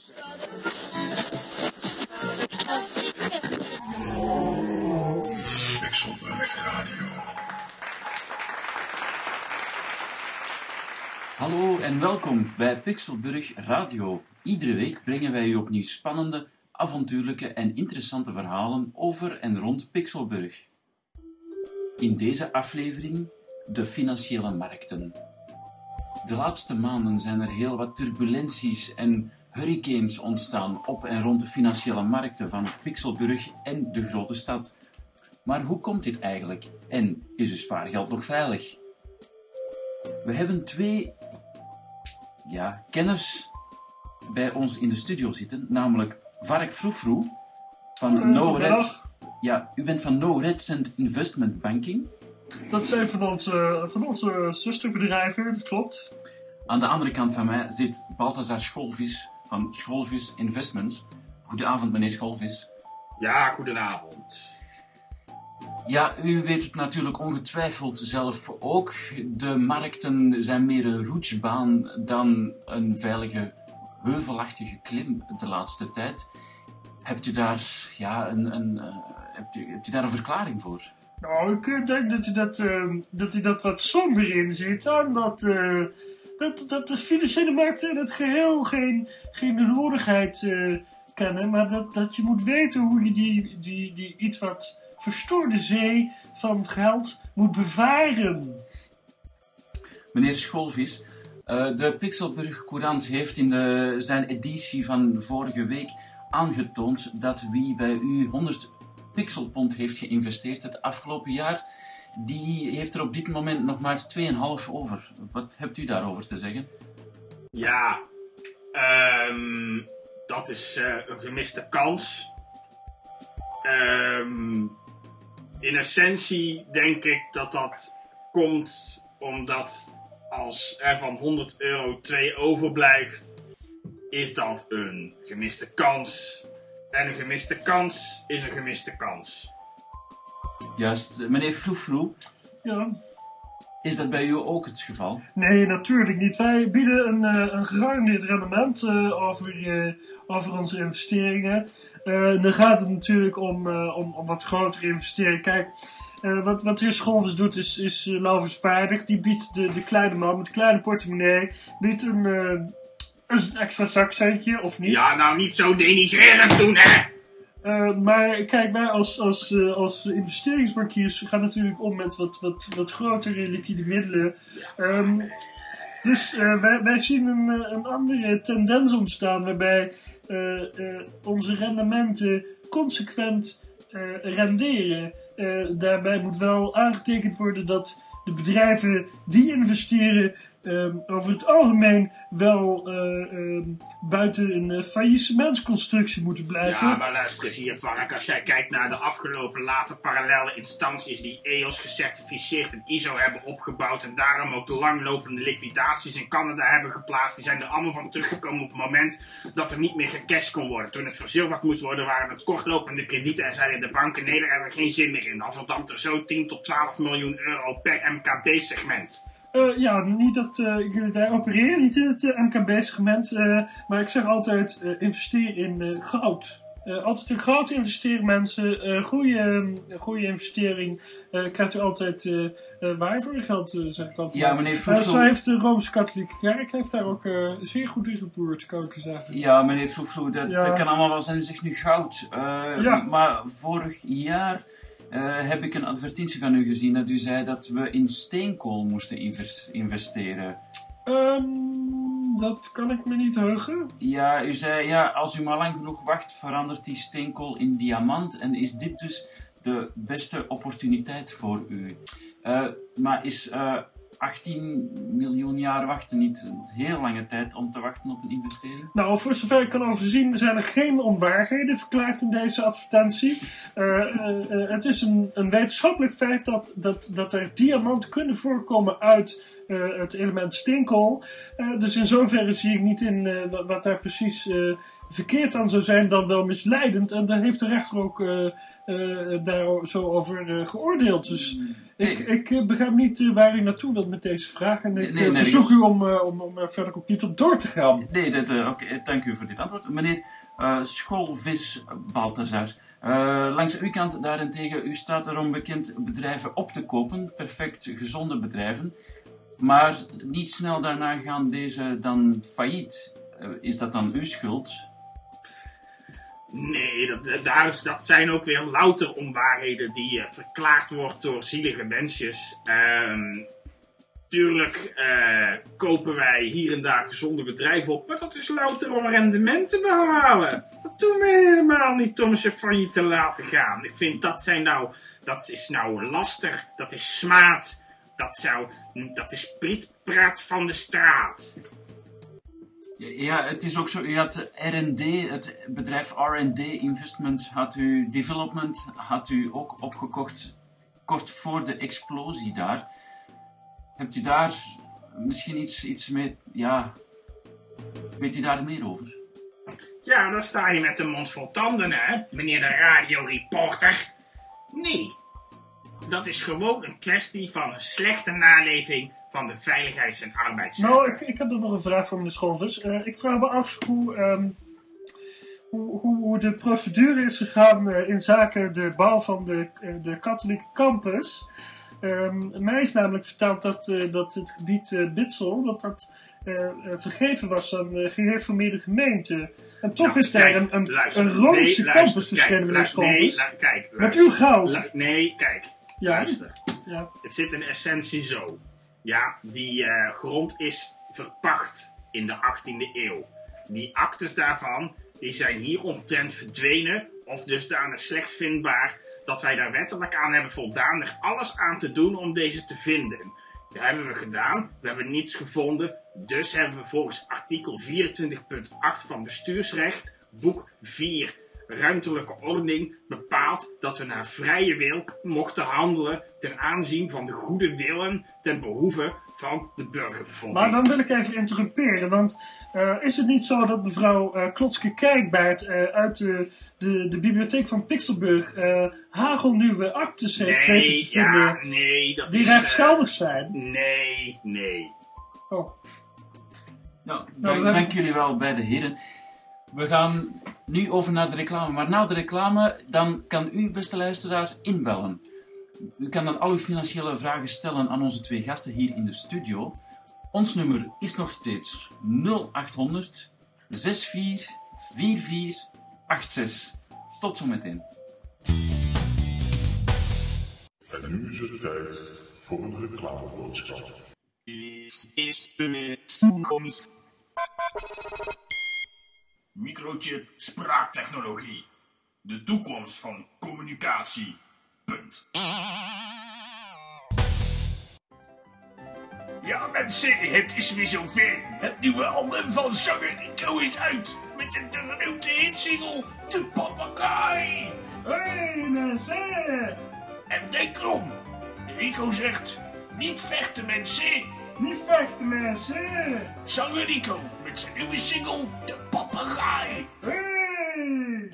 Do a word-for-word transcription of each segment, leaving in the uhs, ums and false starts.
Pixelburg Radio. Hallo en welkom bij Pixelburg Radio. Iedere week brengen wij u opnieuw spannende, avontuurlijke en interessante verhalen over en rond Pixelburg. In deze aflevering de financiële markten. De laatste maanden zijn er heel wat turbulenties en hurricanes ontstaan op en rond de financiële markten van Pixelburg en de grote stad. Maar hoe komt dit eigenlijk? En is uw spaargeld nog veilig? We hebben twee ja, kenners bij ons in de studio zitten, namelijk Vark Froefroe van Uh, No Red. goedendag. Ja, u bent van No Red Cent Investment Banking. Dat zijn van onze, van onze zusterbedrijven, dat klopt. Aan de andere kant van mij zit Balthazar Scholvis van Scholvis Investments. Goedenavond, meneer Scholvis. Ja, goedenavond. Ja, u weet het natuurlijk ongetwijfeld zelf ook. De markten zijn meer een roetsbaan dan een veilige, heuvelachtige klim de laatste tijd. Hebt u daar, ja, een, een, uh, hebt u, hebt u daar een verklaring voor? Nou, ik uh, denk dat hij dat, uh, dat, hij dat wat somber in ziet. En dat, uh, dat, dat de financiële markten in het geheel geen, geen roerigheid uh, kennen. Maar dat, dat je moet weten hoe je die, die, die iets wat verstoorde zee van het geld moet bevaren. Meneer Scholvis, uh, de Pixelburg Courant heeft in de, zijn editie van vorige week aangetoond dat wie bij u honderd pixelpond heeft geïnvesteerd het afgelopen jaar, die heeft er op dit moment nog maar twee komma vijf over. Wat hebt u daarover te zeggen? Ja, um, dat is uh, een gemiste kans. Um, in essentie denk ik dat dat komt omdat als er van honderd euro twee overblijft, is dat een gemiste kans. En een gemiste kans is een gemiste kans. Juist, meneer Froefroe, Ja. is dat bij u ook het geval? Nee, natuurlijk niet. Wij bieden een, uh, een gegarandeerd rendement uh, over, uh, over onze investeringen. Uh, dan gaat het natuurlijk om, uh, om, om wat grotere investeringen. Kijk, uh, wat, wat de heer Scholvis doet is, is uh, lovenswaardig. Die biedt de, de kleine man met de kleine portemonnee biedt een, uh, een extra zakcentje, of niet? Ja, nou niet zo denigrerend doen, hè! Uh, maar kijk, wij als, als, uh, als investeringsbankiers gaan natuurlijk om met wat, wat, wat grotere liquide middelen. Um, dus uh, wij, wij zien een, een andere tendens ontstaan waarbij uh, uh, onze rendementen consequent uh, renderen. Uh, daarbij moet wel aangetekend worden dat de bedrijven die investeren um, over het algemeen wel uh, um, buiten een uh, faillissementsconstructie moeten blijven. Ja, maar luister eens hier, Vark. Als jij kijkt naar de afgelopen late parallele instanties die E O S gecertificeerd en I S O hebben opgebouwd en daarom ook de langlopende liquidaties in Canada hebben geplaatst, die zijn er allemaal van teruggekomen op het moment dat er niet meer gecashed kon worden. Toen het verzilverd moest worden, waren het kortlopende kredieten en zeiden de banken, nee, daar hebben we geen zin meer in. Dan verdampt er zo tien tot twaalf miljoen euro per M K B-segment. Uh, ja, niet dat uh, wij opereren niet in het uh, M K B-segment, uh, maar ik zeg altijd uh, investeer in uh, goud. Uh, altijd in goud investeren mensen, uh, goede, uh, goede investering uh, krijgt u altijd uh, uh, waar voor je geld, uh, zeg ik altijd. Ja, meneer Uh, Froefroe. zo heeft de Rooms-Katholieke Kerk heeft daar ook uh, zeer goed in geboerd, kan ik u zeggen. Ja, meneer Froefroe, dat, Ja. dat kan allemaal wel zijn. U zegt nu goud. Uh, Ja. Maar vorig jaar uh, heb ik een advertentie van u gezien dat u zei dat we in steenkool moesten inves- investeren. Um, dat kan ik me niet heugen. Ja, u zei, ja, als u maar lang genoeg wacht, verandert die steenkool in diamant. En is dit dus de beste opportuniteit voor u? Uh, maar is uh, achttien miljoen jaar wachten niet een heel lange tijd om te wachten op een investering? Nou, voor zover ik kan overzien zijn er geen onwaarheden verklaard in deze advertentie. Uh, uh, uh, het is een, een wetenschappelijk feit dat, dat, dat er diamanten kunnen voorkomen uit uh, het element steenkool. Uh, dus in zoverre zie ik niet in uh, wat, wat daar precies uh, verkeerd aan zou zijn, dan wel misleidend. En daar heeft de rechter ook uh, uh, daar zo over uh, geoordeeld. Dus nee. ik, ik uh, begrijp niet uh, waar u naartoe wilt met deze vraag. En ik nee, nee, uh, verzoek nee, u om, uh, om, om er verder ook niet op door te gaan. Nee, dat, uh, oké, okay, dank u voor dit antwoord. Meneer uh, Schoolvis Balthazar. Uh, langs uw kant daarentegen, u staat erom bekend bedrijven op te kopen, perfect gezonde bedrijven, maar niet snel daarna gaan deze dan failliet. Uh, is dat dan uw schuld? Nee, dat, daar is, dat zijn ook weer louter onwaarheden die uh, verklaard wordt door zielige mensjes. Uh, Tuurlijk uh, kopen wij hier en daar gezonde bedrijven op, maar dat is louter om rendement te behalen. Dat doen we helemaal niet om ze failliet te laten gaan. Ik vind dat zijn nou, dat is nou laster, dat is smaad, dat, zou, dat is prietpraat van de straat. Ja, het is ook zo, u had R en D, het bedrijf R en D Investments, had u Development, had u ook opgekocht kort voor de explosie daar. Hebt u daar misschien iets, iets mee, ja, weet u daar meer over? Ja, dan sta je met de mond vol tanden, hè, meneer de radioreporter. Nee, dat is gewoon een kwestie van een slechte naleving van de veiligheids- en arbeidswet. Nou, ik, ik heb er nog een vraag voor meneer Schoolvis. Uh, ik vraag me af hoe, um, hoe, hoe, hoe de procedure is gegaan uh, in zaken de bouw van de, uh, de katholieke campus. Um, mij is namelijk verteld dat, uh, dat het gebied uh, Bitsel, dat dat uh, uh, vergeven was aan de gereformeerde gemeente. En toch nou, is daar kijk, een, een, luister, een Roomse nee, campus verschenen, meneer Schoolvis. Nee, kijk. Met uw geld. Lu- nee, kijk. Ja. Luister. Ja. Het zit in essentie zo. Ja, die uh, grond is verpacht in de achttiende eeuw. Die actes daarvan, die zijn hier omtrent verdwenen of dusdanig slecht vindbaar dat wij daar wettelijk aan hebben voldaan er alles aan te doen om deze te vinden. Dat hebben we gedaan, we hebben niets gevonden, dus hebben we volgens artikel vierentwintig punt acht van bestuursrecht, boek vier, ruimtelijke ordening, bepaald dat we naar vrije wil mochten handelen ten aanzien van de goede willen ten behoeve van de burgerbevolking. Maar dan wil ik even interrumperen, want uh, is het niet zo dat mevrouw uh, Klotske-Kijkbaard uh, uit de, de, de bibliotheek van Pixelburg uh, hagelnieuwe actes heeft nee, weten te vinden ja, nee, dat die is, rechtsgeldig uh, zijn? Nee, nee. Oh. Nou, dank, nou, dank jullie wel, beide heren. We gaan nu over naar de reclame, maar na de reclame dan kan u, beste luisteraar, inbellen. U kan dan al uw financiële vragen stellen aan onze twee gasten hier in de studio. Ons nummer is nog steeds nul achthonderd zesenzestig vierenzestig achtenzestig. Tot zometeen. En nu is het tijd voor een reclameboodschap. Is, is de toekomst. Microchip spraaktechnologie. De toekomst van communicatie. Punt. Ja mensen, het is weer zover. Het nieuwe album van zanger Rico is uit. Met de grote hitsingle De Papegaai. Hey mensen! En denk erom. Rico zegt, niet vechten mensen. Niet vechten mensen! Zanger Rico met zijn nieuwe single De Papegaai. Hey!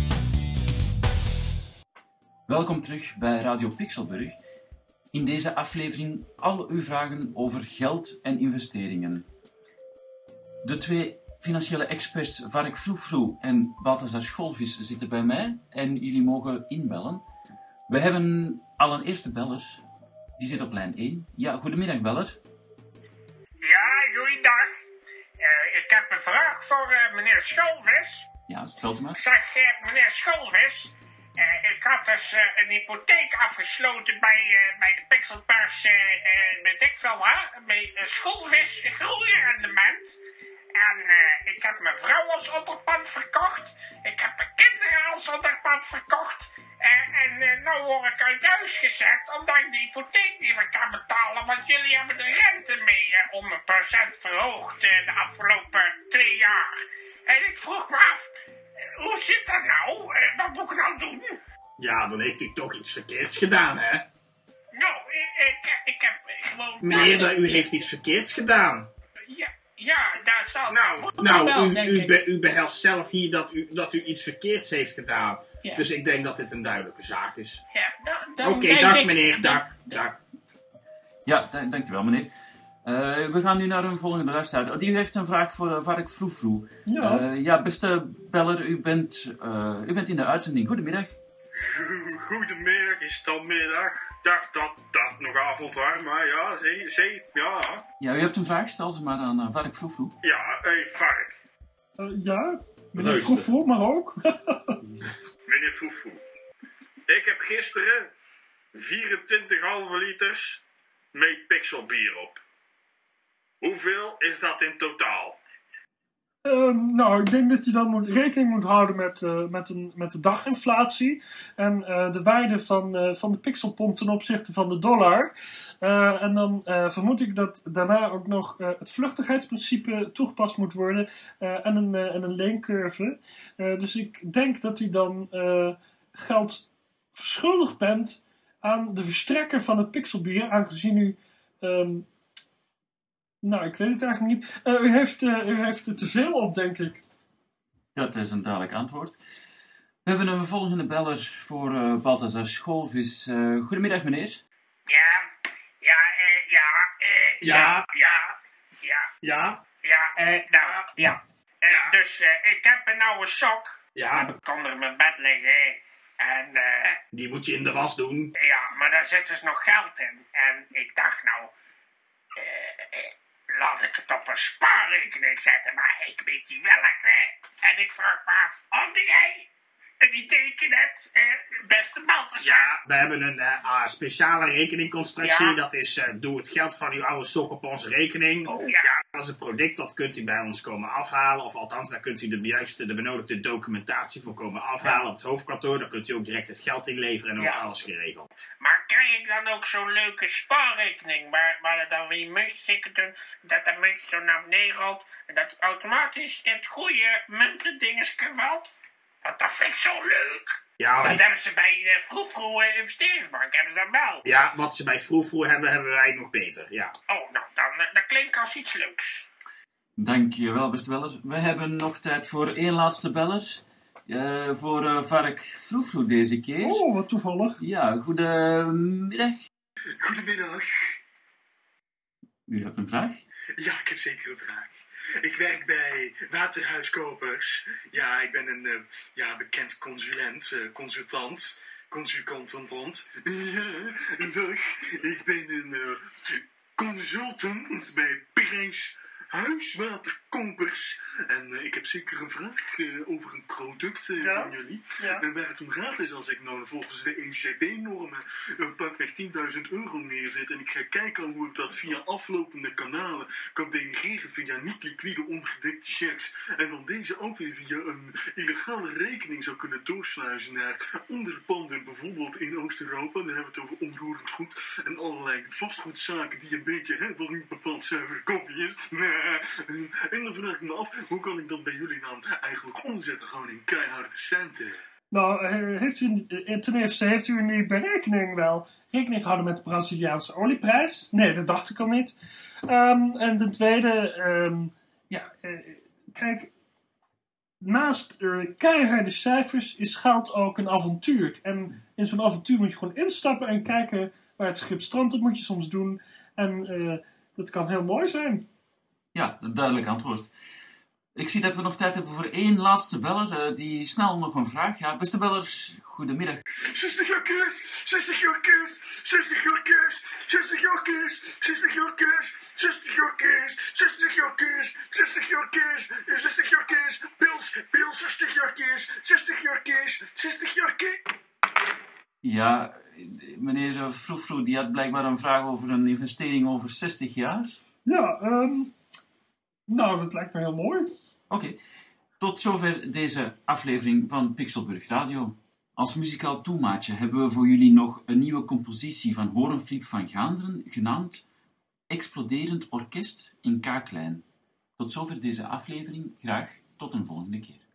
Welkom terug bij Radio Pixelburg. In deze aflevering al uw vragen over geld en investeringen. De twee financiële experts Vark Froefroe en Balthazar Schoolvis zitten bij mij en jullie mogen inbellen. We hebben al een eerste beller. Die zit op lijn één. Ja, goedemiddag beller. Ja, goeiedag. Uh, ik heb een vraag voor uh, meneer Schoolvis. Ja, stelt u maar. Ik zeg, uh, meneer Schoolvis, uh, ik had dus uh, een hypotheek afgesloten bij, uh, bij de Pixelburgs, uh, uh, weet ik veel wat, bij uh, Schoolvis groeirendement. En uh, ik heb mijn vrouw als onderpand verkocht. Ik heb mijn kinderen als onderpand verkocht. Uh, en uh, nou word ik uit huis gezet omdat ik de hypotheek niet meer kan betalen. Want jullie hebben de rente mee uh, honderd procent verhoogd uh, de afgelopen twee jaar. En ik vroeg me af, uh, hoe zit dat nou? Uh, wat moet ik nou doen? Ja, dan heeft hij toch iets verkeerds gedaan, hè? Nou, ik, ik, ik heb gewoon... Meneer, u heeft iets verkeerds gedaan. Ja, ja, daar zal... Nou, Nou, wel, u, denk u, ik. be- u behelst zelf hier dat u, dat u iets verkeerds heeft gedaan. Ja. Dus ik denk dat dit een duidelijke zaak is. Ja, dan, dan Oké, denk dag ik meneer, dat- dag, dag. Ja, da- dankjewel meneer. Eh, we gaan nu naar een volgende luisteraar. Oh, die heeft een vraag voor uh, Vark Froefroe. Ja. Eh, ja, beste beller, u bent, uh, u bent in de uitzending. Goedemiddag. Goedemiddag, is het al middag? Dacht dat dat nog avond was, maar ja, zee, zee, ja. Ja, u hebt een vraag, stel ze maar aan uh, Vark Froefroe. Ja, hé, hey, Vark. Uh, ja, meneer Luister. Froefroe, maar ook. Meneer Foefoe. Ik heb gisteren vierentwintig halve liters met pixelbier op. Hoeveel is dat in totaal? Ehm, nou, ik denk dat je dan moet, rekening moet houden met, uh, met, een, met de daginflatie en uh, de waarde van, uh, van de pixelpomp ten opzichte van de dollar. Uh, en dan uh, vermoed ik dat daarna ook nog uh, het vluchtigheidsprincipe toegepast moet worden uh, en, een, uh, en een leencurve. Uh, dus ik denk dat u dan uh, geld verschuldigd bent aan de verstrekker van het pixelbier, aangezien u... Um, Nou, ik weet het eigenlijk niet. Uh, u, heeft, uh, u heeft er te veel op, denk ik. Dat is een duidelijk antwoord. We hebben een volgende beller voor uh, Balthazar Schoolvis. Uh, goedemiddag meneer. Ja, ja, eh, ja, eh, Ja. ja, ja, Ja? ja, eh, nou, Ja. eh, dus eh, ik heb een oude sok. Ja, Ik kon er in mijn bed liggen. En, eh, die moet je in de was doen. ja, maar daar zit dus nog geld in. En ik dacht nou, eh, eh, laat ik het op een spaarrekening zetten, maar ik weet niet welke. En ik vraag me af, of jij een ideetje hebt, eh, beste Balthazar? Ja, we hebben een uh, uh, speciale rekeningconstructie. Ja. Dat is, uh, doe het geld van uw oude sok op onze rekening. Oh, ja. ja. Dat is een product, dat kunt u bij ons komen afhalen. Of althans, daar kunt u de juiste, de benodigde documentatie voor komen afhalen Ja. op het hoofdkantoor. Dan kunt u ook direct het geld inleveren en dan Ja. wordt alles geregeld. Maar krijg ik dan ook zo'n leuke spaarrekening waar, waar er dan weer muntjes in kunt doen, dat de munt zo naar beneden rolt en dat die automatisch in het goede muntendingetje valt? Want dat vind ik zo leuk. Ja, Dat hebben ze bij de vroeg-vroege investeringsbank, hebben ze dat wel. ja, wat ze bij Froefroe hebben, hebben wij nog beter. Ja. Oh, nou, dan, eh, dat klinkt als iets leuks. Dankjewel beste beller. We hebben nog tijd voor één laatste beller. Uh, voor uh, Vark Froefroe deze keer. Oh, wat toevallig. Ja, goedemiddag. Goedemiddag. U hebt een vraag? Ja, ik heb zeker een vraag. Ik werk bij Waterhuiskopers. Ja, ik ben een uh, ja, bekend consulent, uh, consultant. Consultant. Ja, dag. Ik ben een uh, consultant bij Prijs Huiswaterkopers. En uh, ik heb zeker een vraag uh, over een product uh, Ja? van jullie. Ja. En waar het om gaat is als ik nou volgens de E C B-normen een pakweg tienduizend euro neerzet en ik ga kijken hoe ik dat via aflopende kanalen kan denegeren via niet-liquide ongedekte checks en dan deze ook weer via een illegale rekening zou kunnen doorsluizen naar andere panden, bijvoorbeeld in Oost-Europa. Dan hebben we het over onroerend goed en allerlei vastgoedzaken die een beetje, hè, wat niet bepaald zuivere koffie is. Nee. En dan vraag ik me af, hoe kan ik dat bij jullie dan eigenlijk omzetten, gewoon in keiharde centen? Nou, eh, heeft u, eh, ten eerste, heeft u in die berekening wel rekening gehouden met de Braziliaanse olieprijs? Nee, dat dacht ik al niet. Um, en ten tweede, um, ja, eh, kijk, naast uh, keiharde cijfers is geld ook een avontuur. En in zo'n avontuur moet je gewoon instappen en kijken waar het schip strandt. Dat moet je soms doen. En uh, dat kan heel mooi zijn. Ja, een duidelijk antwoord. Ik zie dat we nog tijd hebben voor één laatste beller. Uh, die snel nog een vraag. Ja, beste bellers, goedemiddag. zestig jaar kerst, zestig jaar kerst, zestig jaar kerst, zestig jaar kerst, zestig jaar kerst, zestig jaar kerst, zestig jaar kerst, zestig jaar kerst, zestig jaar kerst, Pils, Pils, zestig jaar kerst, zestig jaar kerst, zestig jaar kerst. Ja, meneer Froefroe, die had blijkbaar een vraag over een investering over zestig jaar. Ja, um, nou, dat lijkt me heel mooi. Oké, okay. Tot zover deze aflevering van Pixelburg Radio. Als muzikaal toemaatje hebben we voor jullie nog een nieuwe compositie van Horenfliep van Gaanderen, genaamd Exploderend Orkest in K-klein. Tot zover deze aflevering, graag tot een volgende keer.